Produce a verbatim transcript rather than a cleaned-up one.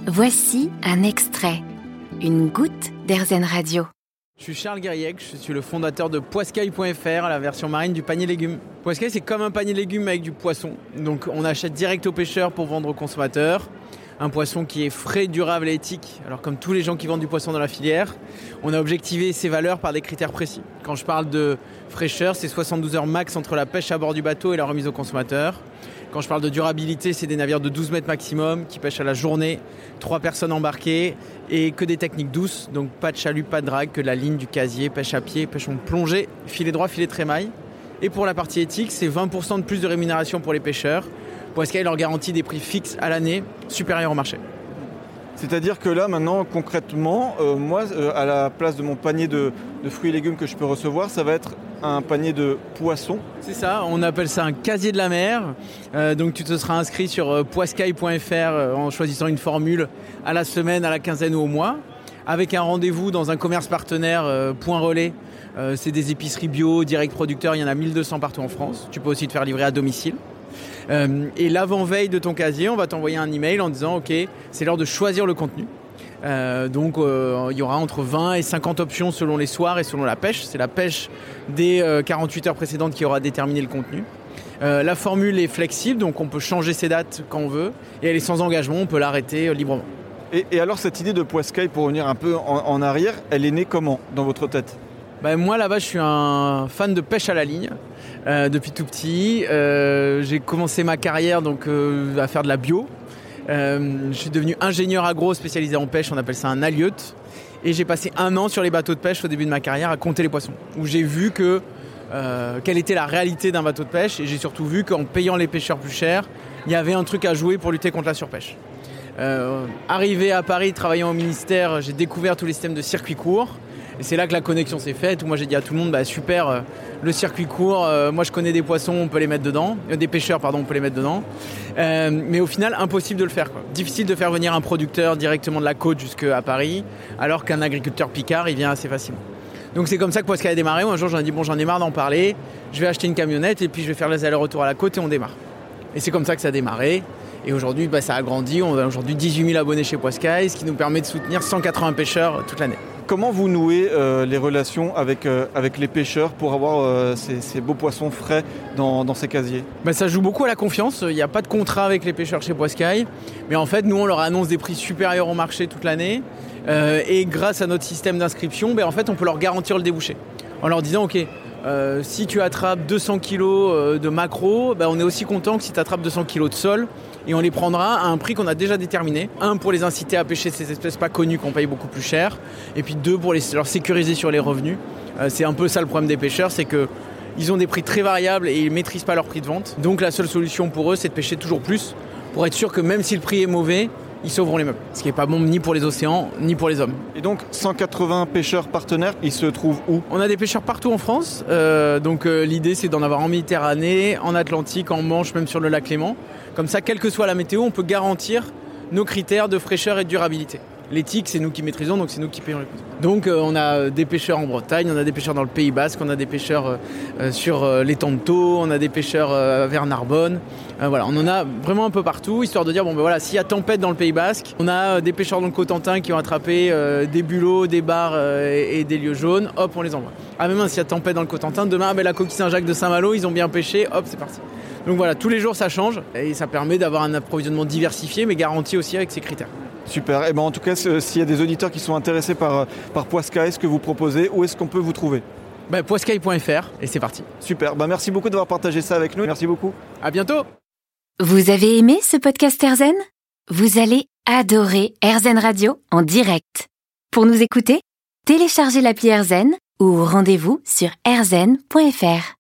Voici un extrait, une goutte d'Airzen Radio. Je suis Charles Guériec, je suis le fondateur de Poiscaille point F R, la version marine du panier légumes. Poiscaille, c'est comme un panier légumes avec du poisson. Donc on achète direct aux pêcheurs pour vendre aux consommateurs. Un poisson qui est frais, durable et éthique. Alors comme tous les gens qui vendent du poisson dans la filière, on a objectivé ces valeurs par des critères précis. Quand je parle de fraîcheur, c'est soixante-douze heures max entre la pêche à bord du bateau et la remise au consommateur. Quand je parle de durabilité, c'est des navires de douze mètres maximum qui pêchent à la journée, trois personnes embarquées et que des techniques douces. Donc pas de chalut, pas de drague, que de la ligne, du casier, pêche à pied, pêche en plongée, filet droit, filet trémaille. Et pour la partie éthique, c'est vingt pour cent de plus de rémunération pour les pêcheurs. Poiscaille leur garantit des prix fixes à l'année, supérieurs au marché. C'est-à-dire que là, maintenant, concrètement, euh, moi, euh, à la place de mon panier de, de fruits et légumes que je peux recevoir, ça va être un panier de poissons. C'est ça, on appelle ça un casier de la mer. Euh, donc tu te seras inscrit sur euh, poiscaille point F R euh, en choisissant une formule à la semaine, à la quinzaine ou au mois, avec un rendez-vous dans un commerce partenaire euh, Point Relais. Euh, c'est des épiceries bio, direct producteurs, il y en a mille deux cents partout en France. Tu peux aussi te faire livrer à domicile. Euh, et l'avant-veille de ton casier, on va t'envoyer un email en disant « Ok, c'est l'heure de choisir le contenu ». Euh, donc euh, il y aura entre vingt et cinquante options selon les soirs et selon la pêche. C'est la pêche des euh, quarante-huit heures précédentes qui aura déterminé le contenu. Euh, la formule est flexible, donc on peut changer ses dates quand on veut. Et elle est sans engagement, on peut l'arrêter euh, librement. Et, et alors cette idée de Poiscaille, pour revenir un peu en, en arrière, elle est née comment dans votre tête ? Ben, moi là-bas je suis un fan de pêche à la ligne euh, depuis tout petit. Euh, j'ai commencé ma carrière donc, euh, à faire de la bio. Euh, je suis devenu ingénieur agro spécialisé en pêche, on appelle ça un halieute. Et j'ai passé un an sur les bateaux de pêche au début de ma carrière à compter les poissons. Où j'ai vu que, euh, quelle était la réalité d'un bateau de pêche. Et j'ai surtout vu qu'en payant les pêcheurs plus cher, il y avait un truc à jouer pour lutter contre la surpêche. Euh, arrivé à Paris, travaillant au ministère, j'ai découvert tous les systèmes de circuit court. Et c'est là que la connexion s'est faite, où moi j'ai dit à tout le monde, bah super, euh, le circuit court, euh, moi je connais des poissons, on peut les mettre dedans, euh, des pêcheurs, pardon, on peut les mettre dedans. Euh, mais au final, impossible de le faire, quoi. Difficile de faire venir un producteur directement de la côte jusqu'à Paris, alors qu'un agriculteur picard, il vient assez facilement. Donc c'est comme ça que Poiscaille a démarré. Un jour j'en ai dit, bon j'en ai marre d'en parler, je vais acheter une camionnette et puis je vais faire les allers-retours à la côte et on démarre. Et c'est comme ça que ça a démarré. Et aujourd'hui, bah, ça a grandi, on a aujourd'hui dix-huit mille abonnés chez Poiscaille, ce qui nous permet de soutenir cent quatre-vingts pêcheurs toute l'année. Comment vous nouez euh, les relations avec, euh, avec les pêcheurs pour avoir euh, ces, ces beaux poissons frais dans, dans ces casiers ? Ben, ça joue beaucoup à la confiance. Il n'y a pas de contrat avec les pêcheurs chez Poiscaille. Mais en fait, nous, on leur annonce des prix supérieurs au marché toute l'année. Euh, et grâce à notre système d'inscription, ben, en fait, on peut leur garantir le débouché. En leur disant, OK, euh, si tu attrapes deux cents kilos de maquereaux, ben, on est aussi content que si tu attrapes deux cents kilos de sole. Et on les prendra à un prix qu'on a déjà déterminé. Un, pour les inciter à pêcher ces espèces pas connues qu'on paye beaucoup plus cher. Et puis deux, pour les, leur sécuriser sur les revenus. Euh, c'est un peu ça le problème des pêcheurs, c'est qu'ils ont des prix très variables et ils ne maîtrisent pas leur prix de vente. Donc la seule solution pour eux, c'est de pêcher toujours plus pour être sûr que même si le prix est mauvais, ils sauveront les meubles. Ce qui n'est pas bon ni pour les océans, ni pour les hommes. Et donc cent quatre-vingts pêcheurs partenaires, ils se trouvent où ? On a des pêcheurs partout en France. Euh, donc euh, l'idée, c'est d'en avoir en Méditerranée, en Atlantique, en Manche, même sur le lac Léman. Comme ça, quelle que soit la météo, on peut garantir nos critères de fraîcheur et de durabilité. L'éthique, c'est nous qui maîtrisons, donc c'est nous qui payons les coûts. Donc euh, on a des pêcheurs en Bretagne, on a des pêcheurs dans le Pays Basque, on a des pêcheurs euh, sur euh, l'étang de Thau, on a des pêcheurs euh, vers Narbonne. Euh, voilà, on en a vraiment un peu partout, histoire de dire, bon ben voilà, s'il y a tempête dans le Pays Basque, on a euh, des pêcheurs dans le Cotentin qui ont attrapé euh, des bulots, des bars euh, et, et des lieux jaunes, hop, on les envoie. Ah même s'il y a tempête dans le Cotentin, demain, ben, la coquille Saint-Jacques de Saint-Malo, ils ont bien pêché, hop, c'est parti. Donc voilà, tous les jours ça change et ça permet d'avoir un approvisionnement diversifié mais garanti aussi avec ces critères. Super, et ben en tout cas s'il y a des auditeurs qui sont intéressés par, par Poiscaille, ce que vous proposez, où est-ce qu'on peut vous trouver ? Ben, poiscaille point F R et c'est parti. Super, ben, merci beaucoup d'avoir partagé ça avec nous, merci beaucoup. À bientôt. Vous avez aimé ce podcast Airzen ? Vous allez adorer Airzen Radio en direct. Pour nous écouter, téléchargez l'appli Airzen ou rendez-vous sur airzen point F R.